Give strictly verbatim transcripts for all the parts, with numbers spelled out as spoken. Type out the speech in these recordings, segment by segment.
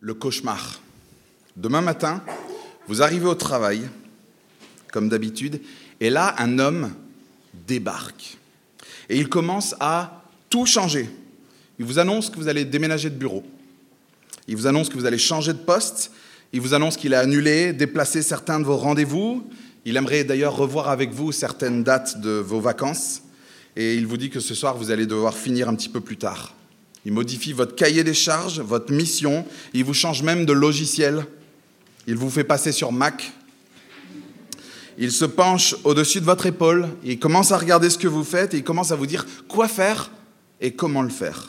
le cauchemar. Demain matin, vous arrivez au travail, comme d'habitude, et là, un homme débarque. Et il commence à tout changer. Il vous annonce que vous allez déménager de bureau. Il vous annonce que vous allez changer de poste. Il vous annonce qu'il a annulé, déplacé certains de vos rendez-vous. Il aimerait d'ailleurs revoir avec vous certaines dates de vos vacances. Et il vous dit que ce soir, vous allez devoir finir un petit peu plus tard. Il modifie votre cahier des charges, votre mission. Il vous change même de logiciel. Il vous fait passer sur Mac. Il se penche au-dessus de votre épaule. Il commence à regarder ce que vous faites et il commence à vous dire quoi faire et comment le faire.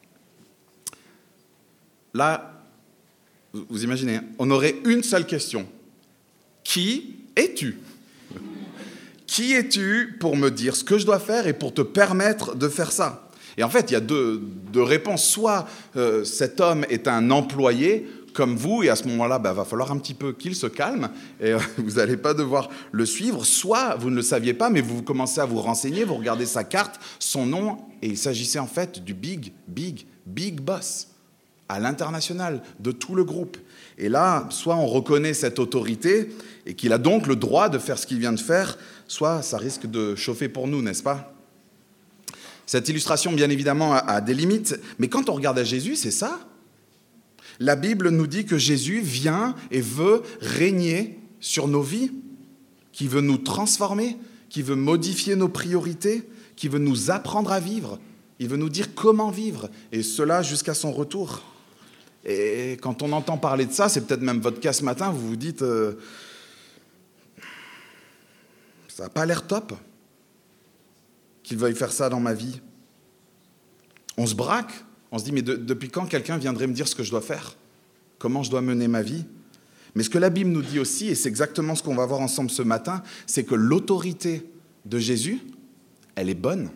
Là, vous imaginez, on aurait une seule question. Qui es-tu ? Qui es-tu pour me dire ce que je dois faire et pour te permettre de faire ça ? Et en fait, il y a deux, deux réponses. Soit euh, cet homme est un employé comme vous, et à ce moment-là, il bah, va falloir un petit peu qu'il se calme, et euh, vous n'allez pas devoir le suivre. Soit vous ne le saviez pas, mais vous commencez à vous renseigner, vous regardez sa carte, son nom, et il s'agissait en fait du big, big, big boss, à l'international, de tout le groupe. Et là, soit on reconnaît cette autorité, et qu'il a donc le droit de faire ce qu'il vient de faire, soit ça risque de chauffer pour nous, n'est-ce pas ? Cette illustration, bien évidemment, a des limites, mais quand on regarde à Jésus, c'est ça. La Bible nous dit que Jésus vient et veut régner sur nos vies, qui veut nous transformer, qui veut modifier nos priorités, qui veut nous apprendre à vivre. Il veut nous dire comment vivre, et cela jusqu'à son retour. Et quand on entend parler de ça, c'est peut-être même votre cas ce matin, vous vous dites euh, « ça n'a pas l'air top qu'il veuille faire ça dans ma vie ». On se braque. On se dit, mais de, depuis quand quelqu'un viendrait me dire ce que je dois faire ? Comment je dois mener ma vie ? Mais ce que la Bible nous dit aussi, et c'est exactement ce qu'on va voir ensemble ce matin, c'est que l'autorité de Jésus, elle est bonne.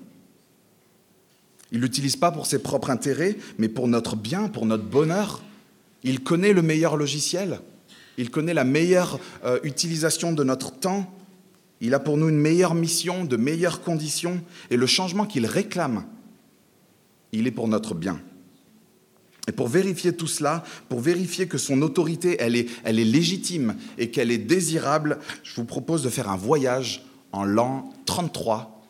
Il ne l'utilise pas pour ses propres intérêts, mais pour notre bien, pour notre bonheur. Il connaît le meilleur logiciel. Il connaît la meilleure euh, utilisation de notre temps. Il a pour nous une meilleure mission, de meilleures conditions. Et le changement qu'il réclame, il est pour notre bien. Et pour vérifier tout cela, pour vérifier que son autorité, elle est, elle est légitime et qu'elle est désirable, je vous propose de faire un voyage en l'an trente-trois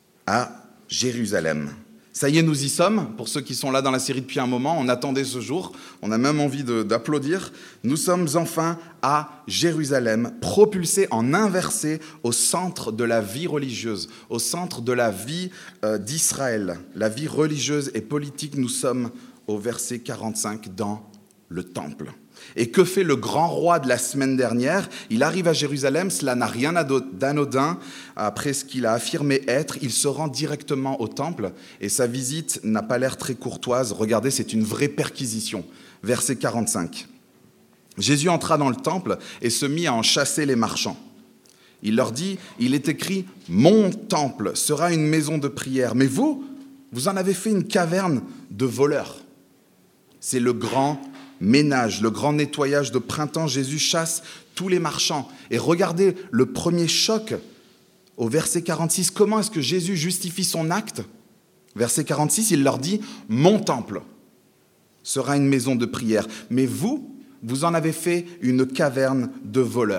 à Jérusalem. Ça y est, nous y sommes. Pour ceux qui sont là dans la série depuis un moment, on attendait ce jour. On a même envie de, d'applaudir. Nous sommes enfin à Jérusalem, propulsés en inversé au centre de la vie religieuse, au centre de la vie euh, d'Israël. La vie religieuse et politique, nous sommes au verset quarante-cinq dans le temple. Et que fait le grand roi de la semaine dernière ? Il arrive à Jérusalem, cela n'a rien d'anodin. Après ce qu'il a affirmé être, il se rend directement au temple et sa visite n'a pas l'air très courtoise. Regardez, c'est une vraie perquisition. Verset quarante-cinq. Jésus entra dans le temple et se mit à en chasser les marchands. Il leur dit, il est écrit, « Mon temple sera une maison de prière, mais vous, vous en avez fait une caverne de voleurs. » C'est le grand ménage, le grand nettoyage de printemps. Jésus chasse tous les marchands. Et regardez le premier choc au verset quarante-six. Comment est-ce que Jésus justifie son acte ? Verset quarante-six, il leur dit « Mon temple sera une maison de prière, mais vous, vous en avez fait une caverne de voleurs. »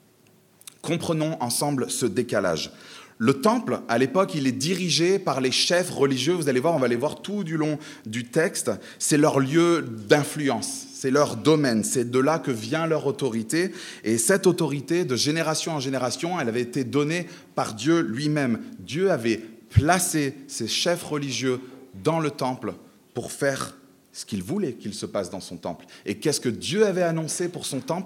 Comprenons ensemble ce décalage. Le temple, à l'époque, il est dirigé par les chefs religieux. Vous allez voir, on va les voir tout du long du texte. C'est leur lieu d'influence, c'est leur domaine. C'est de là que vient leur autorité. Et cette autorité, de génération en génération, elle avait été donnée par Dieu lui-même. Dieu avait placé ces chefs religieux dans le temple pour faire ce qu'il voulait qu'il se passe dans son temple. Et qu'est-ce que Dieu avait annoncé pour son temple ?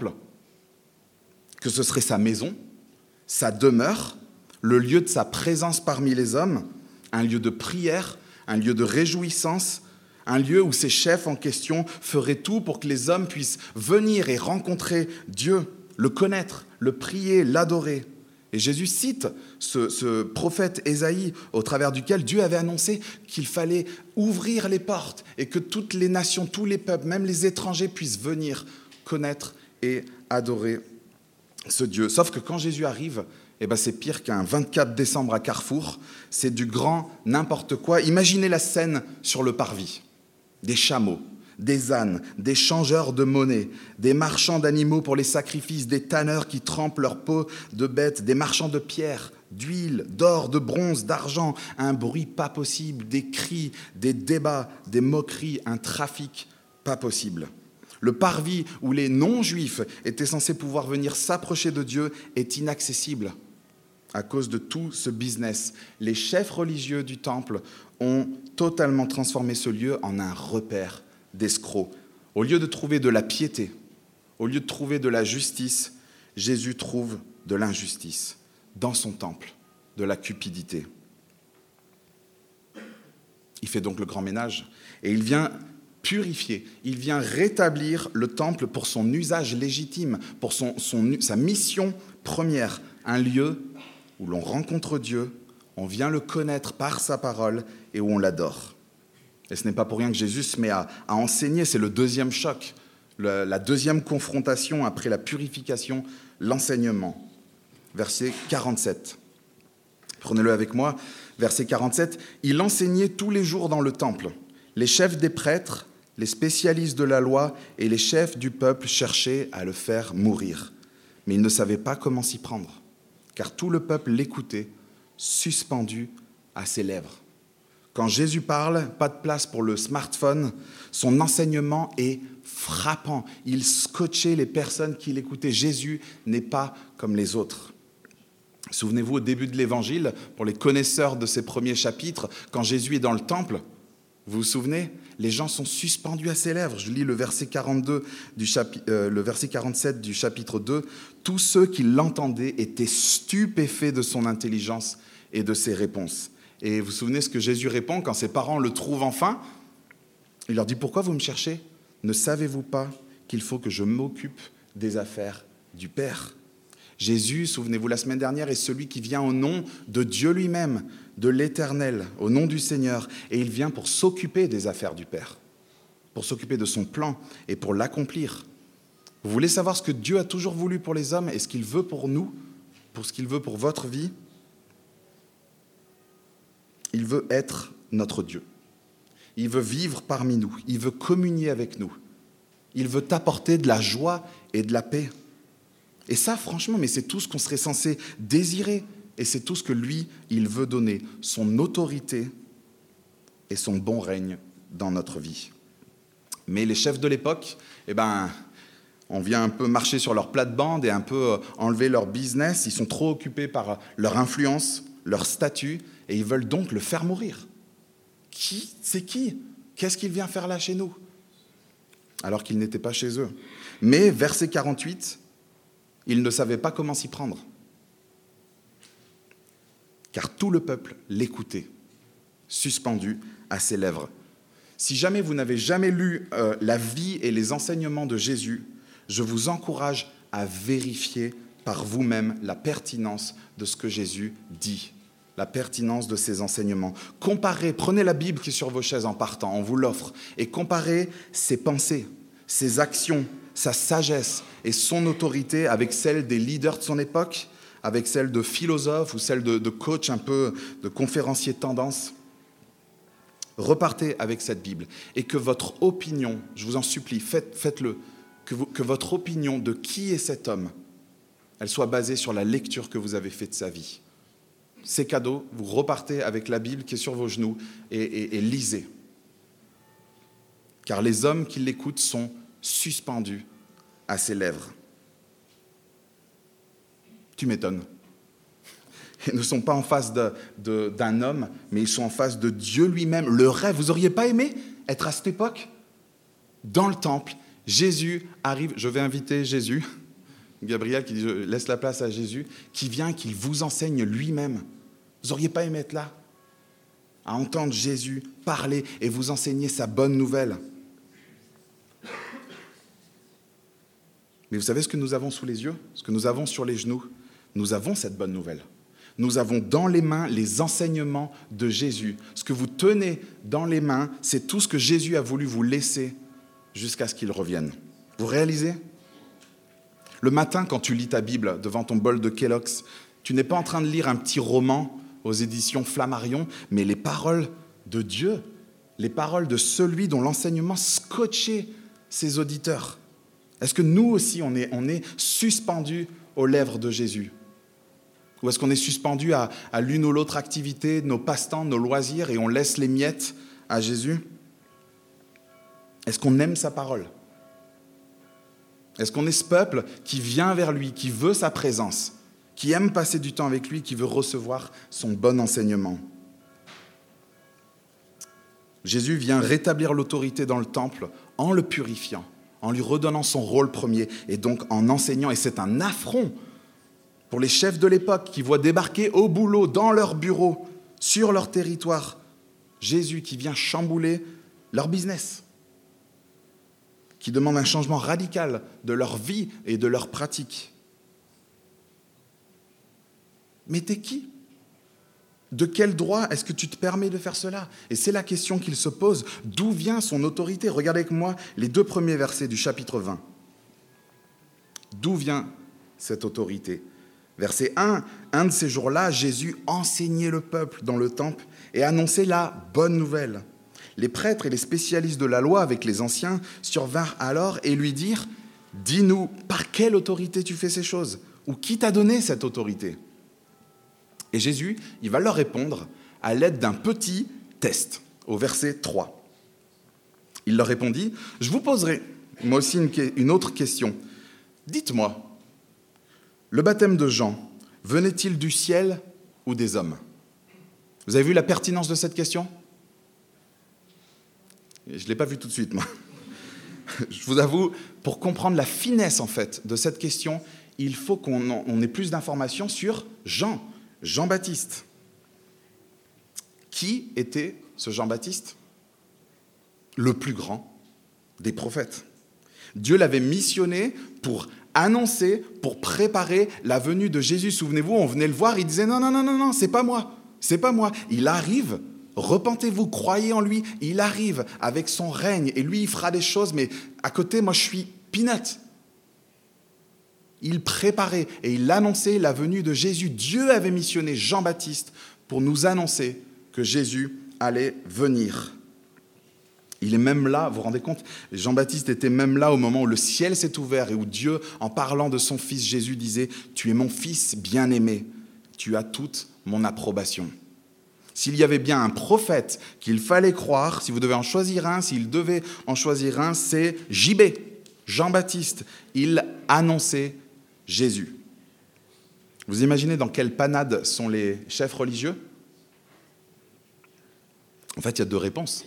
Que ce serait sa maison, sa demeure, le lieu de sa présence parmi les hommes, un lieu de prière, un lieu de réjouissance, un lieu où ces chefs en question feraient tout pour que les hommes puissent venir et rencontrer Dieu, le connaître, le prier, l'adorer. Et Jésus cite ce, ce prophète Ésaïe, au travers duquel Dieu avait annoncé qu'il fallait ouvrir les portes et que toutes les nations, tous les peuples, même les étrangers puissent venir connaître et adorer ce Dieu. Sauf que quand Jésus arrive, eh ben c'est pire qu'un vingt-quatre décembre à Carrefour. C'est du grand n'importe quoi. Imaginez la scène sur le parvis. Des chameaux, des ânes, des changeurs de monnaie, des marchands d'animaux pour les sacrifices, des tanneurs qui trempent leur peau de bêtes, des marchands de pierres, d'huile, d'or, de bronze, d'argent, un bruit pas possible, des cris, des débats, des moqueries, un trafic pas possible. Le parvis où les non-juifs étaient censés pouvoir venir s'approcher de Dieu est inaccessible à cause de tout ce business. Les chefs religieux du temple ont totalement transformé ce lieu en un repère d'escrocs. Au lieu de trouver de la piété, au lieu de trouver de la justice, Jésus trouve de l'injustice dans son temple, de la cupidité. Il fait donc le grand ménage et il vient purifier, il vient rétablir le temple pour son usage légitime, pour son, son, sa mission première, un lieu où l'on rencontre Dieu, on vient le connaître par sa parole et où on l'adore. Et ce n'est pas pour rien que Jésus se met à, à enseigner, c'est le deuxième choc, le, la deuxième confrontation après la purification, l'enseignement. Verset quarante-sept. Prenez-le avec moi, verset quarante-sept. « Il enseignait tous les jours dans le temple. Les chefs des prêtres, les spécialistes de la loi et les chefs du peuple cherchaient à le faire mourir. Mais ils ne savaient pas comment s'y prendre, car tout le peuple l'écoutait, suspendu à ses lèvres. » Quand Jésus parle, pas de place pour le smartphone, son enseignement est frappant. Il scotchait les personnes qui l'écoutaient. Jésus n'est pas comme les autres. Souvenez-vous, au début de l'Évangile, pour les connaisseurs de ces premiers chapitres, quand Jésus est dans le temple, vous vous souvenez, les gens sont suspendus à ses lèvres. Je lis le verset, quarante-deux du chapi- euh, le verset quarante-sept du chapitre deux. « Tous ceux qui l'entendaient étaient stupéfaits de son intelligence et de ses réponses. » Et vous vous souvenez ce que Jésus répond quand ses parents le trouvent enfin? Il leur dit « Pourquoi vous me cherchez? Ne savez-vous pas qu'il faut que je m'occupe des affaires du Père ?» Jésus, souvenez-vous la semaine dernière, est celui qui vient au nom de Dieu lui-même, de l'Éternel, au nom du Seigneur. Et il vient pour s'occuper des affaires du Père, pour s'occuper de son plan et pour l'accomplir. Vous voulez savoir ce que Dieu a toujours voulu pour les hommes et ce qu'il veut pour nous, pour ce qu'il veut pour votre vie? Il veut être notre Dieu. Il veut vivre parmi nous. Il veut communier avec nous. Il veut t'apporter de la joie et de la paix. Et ça, franchement, mais c'est tout ce qu'on serait censé désirer. Et c'est tout ce que lui, il veut donner. Son autorité et son bon règne dans notre vie. Mais les chefs de l'époque, eh ben, on vient un peu marcher sur leur plate-bande et un peu enlever leur business. Ils sont trop occupés par leur influence, leur statut, et ils veulent donc le faire mourir. Qui? C'est qui? Qu'est-ce qu'il vient faire là chez nous? Alors qu'il n'était pas chez eux. Mais, verset quarante-huit, ils ne savaient pas comment s'y prendre. Car tout le peuple l'écoutait, suspendu à ses lèvres. Si jamais vous n'avez jamais lu euh, la vie et les enseignements de Jésus, je vous encourage à vérifier par vous-même la pertinence de ce que Jésus dit, la pertinence de ses enseignements. Comparez, prenez la Bible qui est sur vos chaises en partant, on vous l'offre, et comparez ses pensées, ses actions, sa sagesse et son autorité avec celle des leaders de son époque, avec celle de philosophes ou celle de, de coachs un peu, de conférenciers tendance. Repartez avec cette Bible et que votre opinion, je vous en supplie, faites, faites-le, que, vous, que votre opinion de qui est cet homme, elle soit basée sur la lecture que vous avez faite de sa vie. C'est cadeau, vous repartez avec la Bible qui est sur vos genoux et, et, et lisez. Car les hommes qui l'écoutent sont suspendus à ses lèvres. Tu m'étonnes. Ils ne sont pas en face de, de, d'un homme, mais ils sont en face de Dieu lui-même. Le rêve, vous n'auriez pas aimé être à cette époque? Dans le temple, Jésus arrive, je vais inviter Jésus, Gabriel qui dit, je laisse la place à Jésus, qui vient, qu'il vous enseigne lui-même. Vous n'auriez pas aimé être là? À entendre Jésus parler et vous enseigner sa bonne nouvelle. Mais vous savez ce que nous avons sous les yeux, ce que nous avons sur les genoux? Nous avons cette bonne nouvelle. Nous avons dans les mains les enseignements de Jésus. Ce que vous tenez dans les mains, c'est tout ce que Jésus a voulu vous laisser jusqu'à ce qu'il revienne. Vous réalisez? Le matin, quand tu lis ta Bible devant ton bol de Kellogg's, tu n'es pas en train de lire un petit roman aux éditions Flammarion, mais les paroles de Dieu. les paroles de celui dont l'enseignement scotchait ses auditeurs? Est-ce que nous aussi, on est, on est suspendus aux lèvres de Jésus? Ou est-ce qu'on est suspendu à, à l'une ou l'autre activité, nos passe-temps, nos loisirs, et on laisse les miettes à Jésus? Est-ce qu'on aime sa parole? Est-ce qu'on est ce peuple qui vient vers lui, qui veut sa présence, qui aime passer du temps avec lui, qui veut recevoir son bon enseignement? Jésus vient rétablir l'autorité dans le temple en le purifiant, en lui redonnant son rôle premier, et donc en enseignant. Et c'est un affront pour les chefs de l'époque qui voient débarquer au boulot, dans leur bureau, sur leur territoire, Jésus qui vient chambouler leur business, qui demande un changement radical de leur vie et de leurs pratiques. Mais t'es qui? De quel droit est-ce que tu te permets de faire cela? Et c'est la question qu'il se pose. D'où vient son autorité? Regardez avec moi les deux premiers versets du chapitre vingt. D'où vient cette autorité? Verset un, un de ces jours-là, Jésus enseignait le peuple dans le temple et annonçait la bonne nouvelle. Les prêtres et les spécialistes de la loi avec les anciens survinrent alors et lui dirent « Dis-nous, par quelle autorité tu fais ces choses? Ou qui t'a donné cette autorité ?» Et Jésus, il va leur répondre à l'aide d'un petit test, au verset trois. Il leur répondit « Je vous poserai, moi aussi, une, une autre question. Dites-moi, le baptême de Jean, venait-il du ciel ou des hommes ?» Vous avez vu la pertinence de cette question? Je ne l'ai pas vu tout de suite, moi. Je vous avoue, pour comprendre la finesse, en fait, de cette question, il faut qu'on on ait plus d'informations sur Jean, Jean-Baptiste. Qui était ce Jean-Baptiste? Le plus grand des prophètes. Dieu l'avait missionné pour annoncer, pour préparer la venue de Jésus. Souvenez-vous, on venait le voir, il disait « Non, non, non, non, non, c'est pas moi, c'est pas moi. » Il arrive. Repentez-vous, croyez en lui, il arrive avec son règne et lui il fera des choses, mais à côté moi je suis peanut. Il préparait et il annonçait la venue de Jésus. Dieu avait missionné Jean-Baptiste pour nous annoncer que Jésus allait venir. Il est même là, vous vous rendez compte, Jean-Baptiste était même là au moment où le ciel s'est ouvert et où Dieu, en parlant de son fils Jésus, disait « Tu es mon fils bien-aimé, tu as toute mon approbation ». S'il y avait bien un prophète qu'il fallait croire, si vous devez en choisir un, s'il devait en choisir un, c'est J B, Jean-Baptiste. Il annonçait Jésus. Vous imaginez dans quelle panade sont les chefs religieux? En fait, il y a deux réponses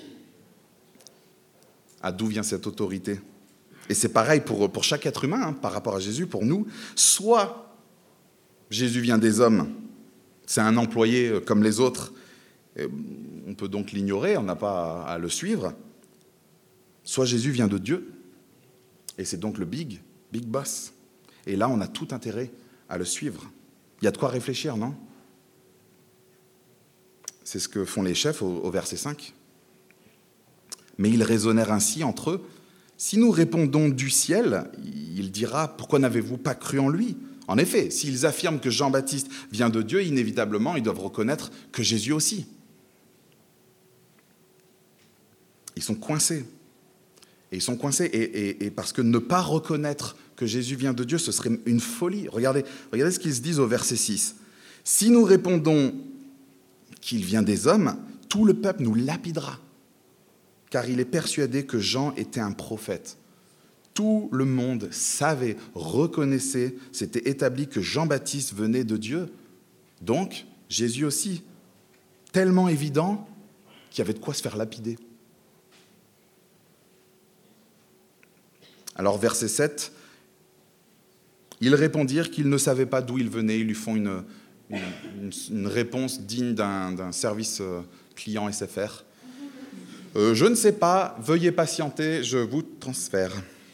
à d'où vient cette autorité. Et c'est pareil pour, pour chaque être humain, hein, par rapport à Jésus, pour nous. Soit Jésus vient des hommes, c'est un employé comme les autres, on peut donc l'ignorer, on n'a pas à le suivre. Soit Jésus vient de Dieu, et c'est donc le big, big boss. Et là, on a tout intérêt à le suivre. Il y a de quoi réfléchir, non? C'est ce que font les chefs au, au verset cinq. Mais ils raisonnèrent ainsi entre eux. Si nous répondons du ciel, il dira, pourquoi n'avez-vous pas cru en lui? En effet, s'ils affirment que Jean-Baptiste vient de Dieu, inévitablement, ils doivent reconnaître que Jésus aussi. Ils sont coincés. Et ils sont coincés. Et, et, et parce que ne pas reconnaître que Jésus vient de Dieu, ce serait une folie. Regardez, regardez ce qu'ils se disent au verset six. Si nous répondons qu'il vient des hommes, tout le peuple nous lapidera. Car il est persuadé que Jean était un prophète. Tout le monde savait, reconnaissait, s'était établi que Jean-Baptiste venait de Dieu. Donc, Jésus aussi. Tellement évident qu'il y avait de quoi se faire lapider. Alors, verset sept, ils répondirent qu'ils ne savaient pas d'où il venait. Ils lui font une, une, une réponse digne d'un, d'un service client S F R. Euh, je ne sais pas, veuillez patienter, je vous transfère.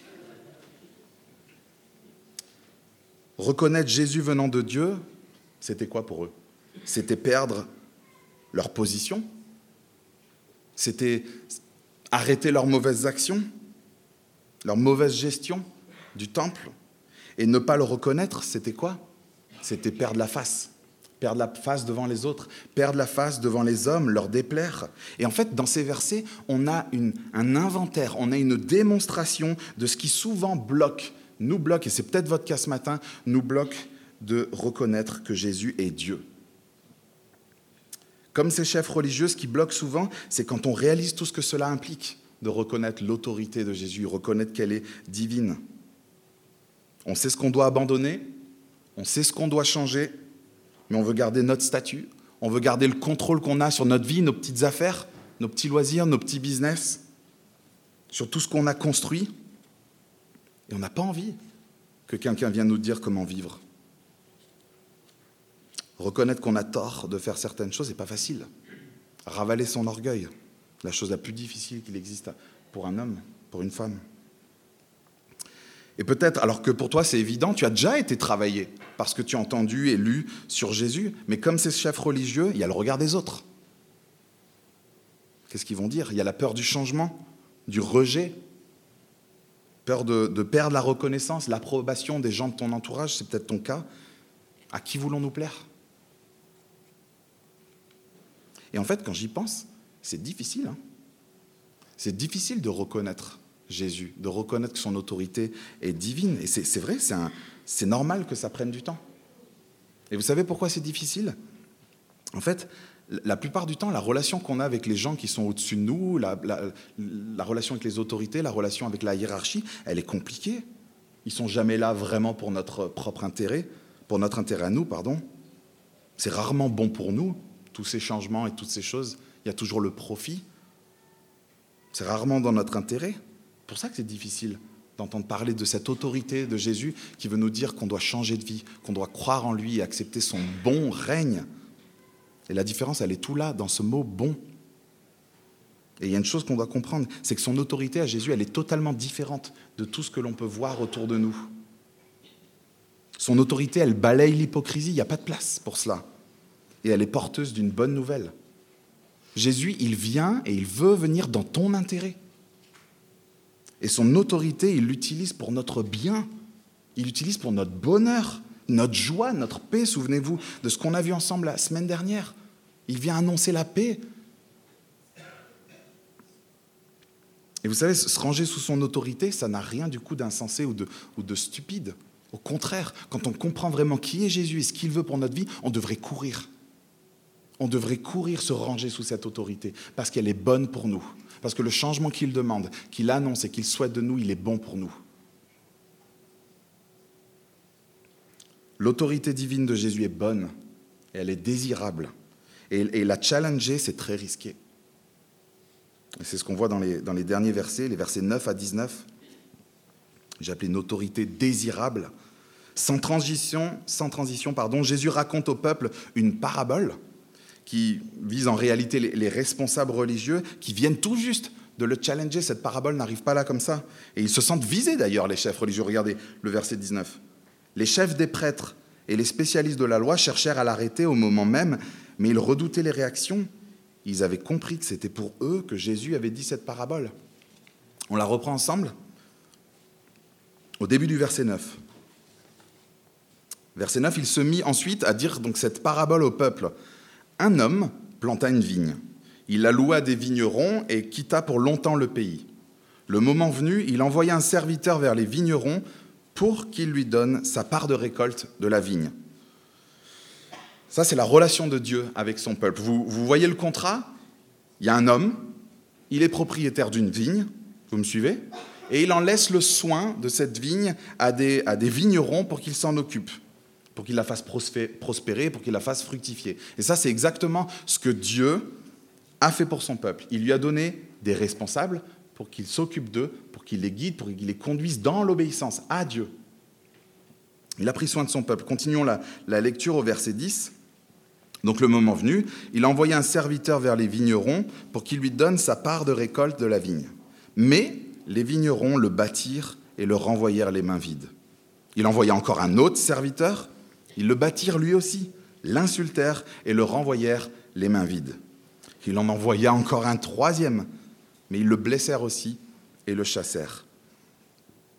Reconnaître Jésus venant de Dieu, c'était quoi pour eux? C'était perdre leur position? C'était arrêter leurs mauvaises actions? Leur mauvaise gestion du temple? Et ne pas le reconnaître, c'était quoi? C'était perdre la face, perdre la face devant les autres, perdre la face devant les hommes, leur déplaire. Et en fait, dans ces versets, on a une, un inventaire, on a une démonstration de ce qui souvent bloque, nous bloque, et c'est peut-être votre cas ce matin, nous bloque de reconnaître que Jésus est Dieu. Comme ces chefs religieux, ce qui bloque souvent, c'est quand on réalise tout ce que cela implique, de reconnaître l'autorité de Jésus, reconnaître qu'elle est divine. On sait ce qu'on doit abandonner, on sait ce qu'on doit changer, mais on veut garder notre statut, on veut garder le contrôle qu'on a sur notre vie, nos petites affaires, nos petits loisirs, nos petits business, sur tout ce qu'on a construit. Et on n'a pas envie que quelqu'un vienne nous dire comment vivre. Reconnaître qu'on a tort de faire certaines choses n'est pas facile. Ravaler son orgueil, la chose la plus difficile qu'il existe pour un homme, pour une femme. Et peut-être, alors que pour toi c'est évident, tu as déjà été travaillé parce que tu as entendu et lu sur Jésus, mais comme ces chefs religieux, il y a le regard des autres. Qu'est-ce qu'ils vont dire ? Il y a la peur du changement, du rejet, peur de, de perdre la reconnaissance, l'approbation des gens de ton entourage, c'est peut-être ton cas. À qui voulons-nous plaire ? Et en fait, quand j'y pense, c'est difficile. Hein. C'est difficile de reconnaître Jésus, de reconnaître que son autorité est divine. Et c'est, c'est vrai, c'est, un, c'est normal que ça prenne du temps. Et vous savez pourquoi c'est difficile ? En fait, la plupart du temps, la relation qu'on a avec les gens qui sont au-dessus de nous, la, la, la relation avec les autorités, la relation avec la hiérarchie, elle est compliquée. Ils ne sont jamais là vraiment pour notre propre intérêt, pour notre intérêt à nous, pardon. C'est rarement bon pour nous, tous ces changements et toutes ces choses. Il y a toujours le profit. C'est rarement dans notre intérêt. C'est pour ça que c'est difficile d'entendre parler de cette autorité de Jésus qui veut nous dire qu'on doit changer de vie, qu'on doit croire en lui et accepter son bon règne. Et la différence, elle est tout là, dans ce mot « bon ». Et il y a une chose qu'on doit comprendre, c'est que son autorité à Jésus, elle est totalement différente de tout ce que l'on peut voir autour de nous. Son autorité, elle balaye l'hypocrisie, il n'y a pas de place pour cela. Et elle est porteuse d'une bonne nouvelle. Jésus, il vient et il veut venir dans ton intérêt. Et son autorité, il l'utilise pour notre bien. Il l'utilise pour notre bonheur, notre joie, notre paix. Souvenez-vous de ce qu'on a vu ensemble la semaine dernière. Il vient annoncer la paix. Et vous savez, se ranger sous son autorité, ça n'a rien du coup d'insensé ou de, ou de stupide. Au contraire, quand on comprend vraiment qui est Jésus et ce qu'il veut pour notre vie, on devrait courir. On devrait courir se ranger sous cette autorité parce qu'elle est bonne pour nous. Parce que le changement qu'il demande, qu'il annonce et qu'il souhaite de nous, il est bon pour nous. L'autorité divine de Jésus est bonne et elle est désirable. Et, et la challenger, c'est très risqué. Et c'est ce qu'on voit dans les, dans les derniers versets, les versets neuf à dix-neuf. J'ai appelé une autorité désirable. Sans transition, sans transition pardon, Jésus raconte au peuple une parabole qui vise en réalité les, les responsables religieux qui viennent tout juste de le challenger. Cette parabole n'arrive pas là comme ça. Et ils se sentent visés d'ailleurs, les chefs religieux. Regardez le verset dix-neuf. Les chefs des prêtres et les spécialistes de la loi cherchèrent à l'arrêter au moment même, mais ils redoutaient les réactions. Ils avaient compris que c'était pour eux que Jésus avait dit cette parabole. On la reprend ensemble ? Au début du verset neuf. Verset neuf, il se mit ensuite à dire donc cette parabole au peuple. Un homme planta une vigne. Il la loua à des vignerons et quitta pour longtemps le pays. Le moment venu, il envoya un serviteur vers les vignerons pour qu'il lui donne sa part de récolte de la vigne. Ça, c'est la relation de Dieu avec son peuple. Vous, vous voyez le contrat ? Il y a un homme, il est propriétaire d'une vigne, vous me suivez ? Et il en laisse le soin de cette vigne à des, à des vignerons pour qu'ils s'en occupent, pour qu'ils la fassent prospérer, pour qu'ils la fassent fructifier. Et ça, c'est exactement ce que Dieu a fait pour son peuple. Il lui a donné des responsables pour qu'ils s'occupent d'eux, pour qu'ils les guident, pour qu'ils les conduisent dans l'obéissance à Dieu. Il a pris soin de son peuple. Continuons la, la lecture au verset dix. Donc le moment venu, il envoya un serviteur vers les vignerons pour qu'il lui donne sa part de récolte de la vigne. Mais les vignerons le battirent et le renvoyèrent les mains vides. Il envoya encore un autre serviteur, ils le battirent lui aussi, l'insultèrent et le renvoyèrent les mains vides. Il en envoya encore un troisième, mais ils le blessèrent aussi et le chassèrent.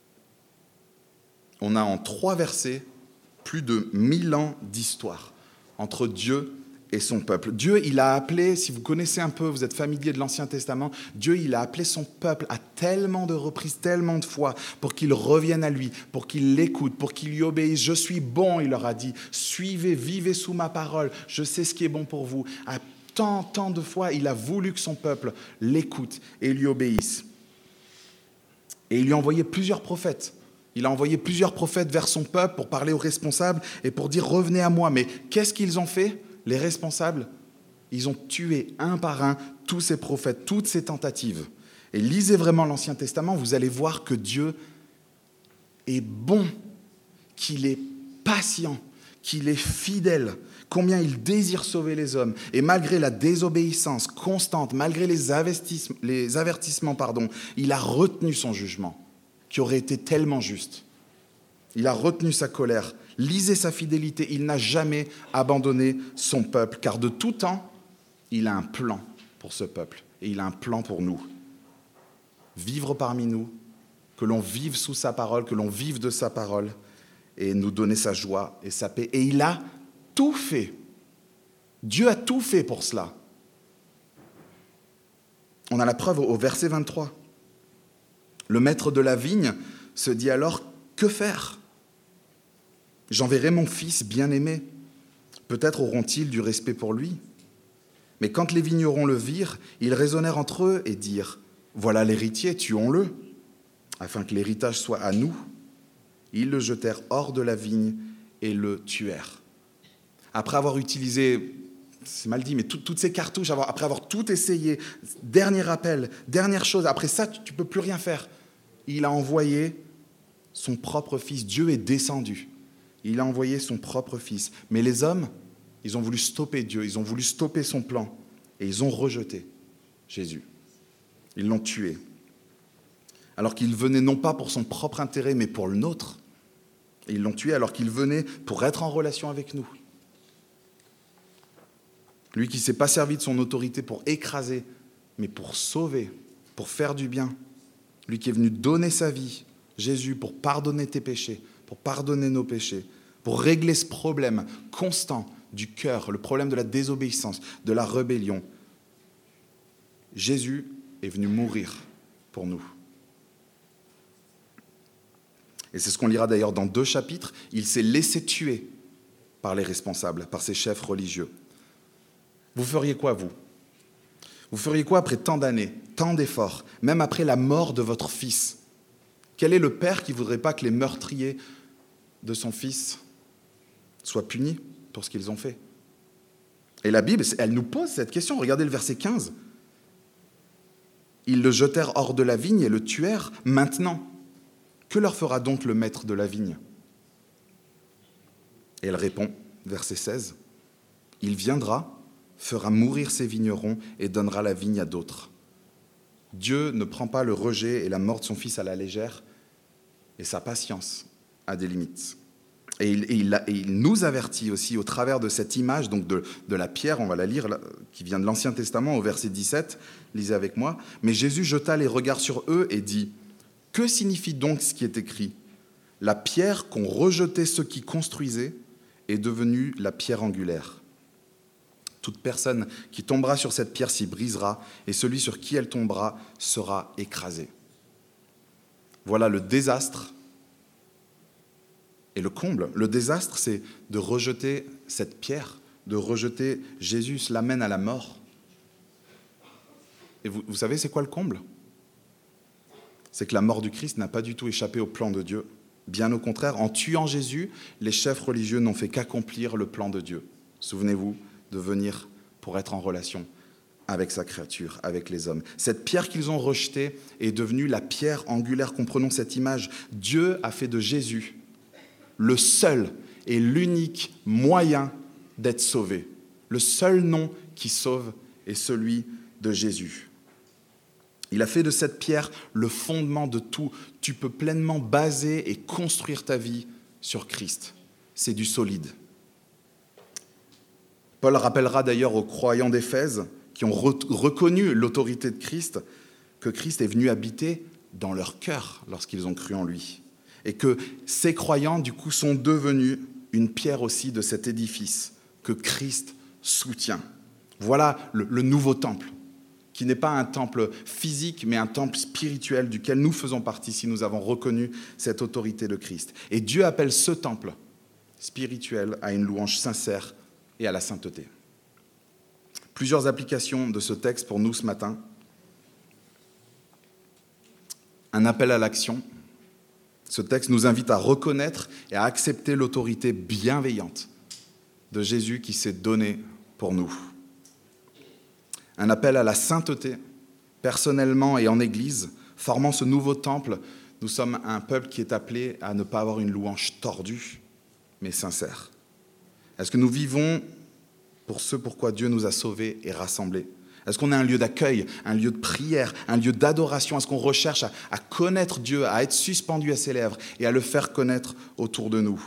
On a en trois versets plus de mille ans d'histoire entre Dieu et son peuple. Dieu, il a appelé, si vous connaissez un peu, vous êtes familier de l'Ancien Testament, Dieu, il a appelé son peuple à tellement de reprises, tellement de fois, pour qu'il revienne à lui, pour qu'il l'écoute, pour qu'il lui obéisse. Je suis bon, il leur a dit, suivez, vivez sous ma parole, je sais ce qui est bon pour vous. À tant, tant de fois, il a voulu que son peuple l'écoute et lui obéisse. Et il lui a envoyé plusieurs prophètes. Il a envoyé plusieurs prophètes vers son peuple pour parler aux responsables et pour dire « revenez à moi ». Mais qu'est-ce qu'ils ont fait ? Les responsables, ils ont tué un par un tous ces prophètes, toutes ces tentatives. Et lisez vraiment l'Ancien Testament, vous allez voir que Dieu est bon, qu'il est patient, qu'il est fidèle, combien il désire sauver les hommes. Et malgré la désobéissance constante, malgré les, les avertissements, pardon, il a retenu son jugement, qui aurait été tellement juste. Il a retenu sa colère. Lisez sa fidélité, il n'a jamais abandonné son peuple, car de tout temps, il a un plan pour ce peuple, et il a un plan pour nous. Vivre parmi nous, que l'on vive sous sa parole, que l'on vive de sa parole, et nous donner sa joie et sa paix. Et il a tout fait. Dieu a tout fait pour cela. On a la preuve au verset vingt-trois. Le maître de la vigne se dit alors, que faire ? J'enverrai mon fils bien-aimé. Peut-être auront-ils du respect pour lui. Mais quand les vignerons le virent, ils raisonnèrent entre eux et dirent « Voilà l'héritier, tuons-le, afin que l'héritage soit à nous. » Ils le jetèrent hors de la vigne et le tuèrent. Après avoir utilisé, c'est mal dit, mais tout, toutes ces cartouches, après avoir tout essayé, dernier appel, dernière chose, après ça, tu ne peux plus rien faire. Il a envoyé son propre fils. Dieu est descendu. Il a envoyé son propre fils. Mais les hommes, ils ont voulu stopper Dieu, ils ont voulu stopper son plan, et ils ont rejeté Jésus. Ils l'ont tué. Alors qu'il venait non pas pour son propre intérêt, mais pour le nôtre. Et ils l'ont tué alors qu'il venait pour être en relation avec nous. Lui qui ne s'est pas servi de son autorité pour écraser, mais pour sauver, pour faire du bien. Lui qui est venu donner sa vie, Jésus, pour pardonner tes péchés, pour pardonner nos péchés, pour régler ce problème constant du cœur, le problème de la désobéissance, de la rébellion. Jésus est venu mourir pour nous. Et c'est ce qu'on lira d'ailleurs dans deux chapitres. Il s'est laissé tuer par les responsables, par ces chefs religieux. Vous feriez quoi, vous ? Vous feriez quoi après tant d'années, tant d'efforts, même après la mort de votre fils ? Quel est le père qui ne voudrait pas que les meurtriers de son fils soient punis pour ce qu'ils ont fait ? Et la Bible, elle nous pose cette question. Regardez le verset quinze. Ils le jetèrent hors de la vigne et le tuèrent. Maintenant, que leur fera donc le maître de la vigne ? Et elle répond, verset seize. Il viendra, fera mourir ses vignerons et donnera la vigne à d'autres. Dieu ne prend pas le rejet et la mort de son fils à la légère, et sa patience a des limites. Et il, et il, et il nous avertit aussi au travers de cette image, donc de, de la pierre, on va la lire, qui vient de l'Ancien Testament au verset dix-sept, lisez avec moi. Mais Jésus jeta les regards sur eux et dit « Que signifie donc ce qui est écrit ? La pierre qu'ont rejetée ceux qui construisaient est devenue la pierre angulaire. Toute personne qui tombera sur cette pierre s'y brisera, et celui sur qui elle tombera sera écrasé. » Voilà le désastre et le comble. Le désastre, c'est de rejeter cette pierre, de rejeter Jésus, cela mène à la mort. Et vous, vous savez, c'est quoi le comble ? C'est que la mort du Christ n'a pas du tout échappé au plan de Dieu. Bien au contraire, en tuant Jésus, les chefs religieux n'ont fait qu'accomplir le plan de Dieu. Souvenez-vous de venir pour être en relation avec sa créature, avec les hommes. Cette pierre qu'ils ont rejetée est devenue la pierre angulaire. Comprenons cette image. Dieu a fait de Jésus le seul et l'unique moyen d'être sauvé. Le seul nom qui sauve est celui de Jésus. Il a fait de cette pierre le fondement de tout. Tu peux pleinement baser et construire ta vie sur Christ. C'est du solide. Paul rappellera d'ailleurs aux croyants d'Éphèse qui ont re- reconnu l'autorité de Christ, que Christ est venu habiter dans leur cœur lorsqu'ils ont cru en lui. Et que ces croyants, du coup, sont devenus une pierre aussi de cet édifice que Christ soutient. Voilà le, le nouveau temple, qui n'est pas un temple physique, mais un temple spirituel duquel nous faisons partie si nous avons reconnu cette autorité de Christ. Et Dieu appelle ce temple spirituel à une louange sincère et à la sainteté. Plusieurs applications de ce texte pour nous ce matin. Un appel à l'action. Ce texte nous invite à reconnaître et à accepter l'autorité bienveillante de Jésus qui s'est donné pour nous. Un appel à la sainteté, personnellement et en Église, formant ce nouveau temple. Nous sommes un peuple qui est appelé à ne pas avoir une louange tordue, mais sincère. Est-ce que nous vivons pour ce pourquoi Dieu nous a sauvés et rassemblés? Est-ce qu'on est un lieu d'accueil, un lieu de prière, un lieu d'adoration? Est-ce qu'on recherche à, à connaître Dieu, à être suspendu à ses lèvres et à le faire connaître autour de nous?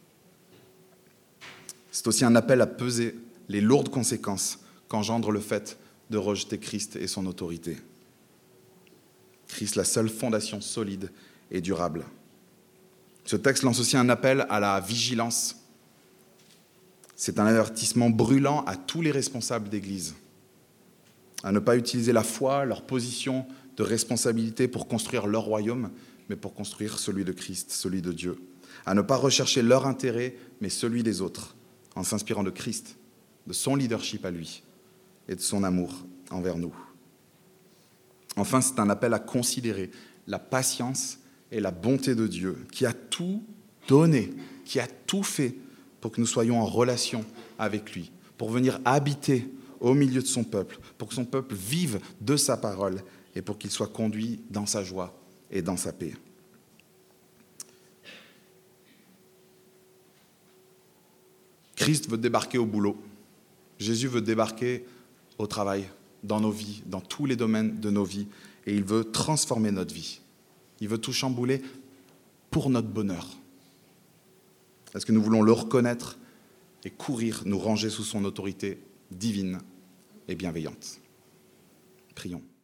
C'est aussi un appel à peser les lourdes conséquences qu'engendre le fait de rejeter Christ et son autorité. Christ, la seule fondation solide et durable. Ce texte lance aussi un appel à la vigilance. C'est un avertissement brûlant à tous les responsables d'Église, à ne pas utiliser la foi, leur position de responsabilité pour construire leur royaume, mais pour construire celui de Christ, celui de Dieu. À ne pas rechercher leur intérêt, mais celui des autres, en s'inspirant de Christ, de son leadership à lui et de son amour envers nous. Enfin, c'est un appel à considérer la patience et la bonté de Dieu, qui a tout donné, qui a tout fait pour que nous soyons en relation avec lui, pour venir habiter au milieu de son peuple, pour que son peuple vive de sa parole et pour qu'il soit conduit dans sa joie et dans sa paix. Christ veut débarquer au boulot. Jésus veut débarquer au travail, dans nos vies, dans tous les domaines de nos vies, et il veut transformer notre vie. Il veut tout chambouler pour notre bonheur. Est-ce que nous voulons le reconnaître et courir, nous ranger sous son autorité divine et bienveillante? Prions.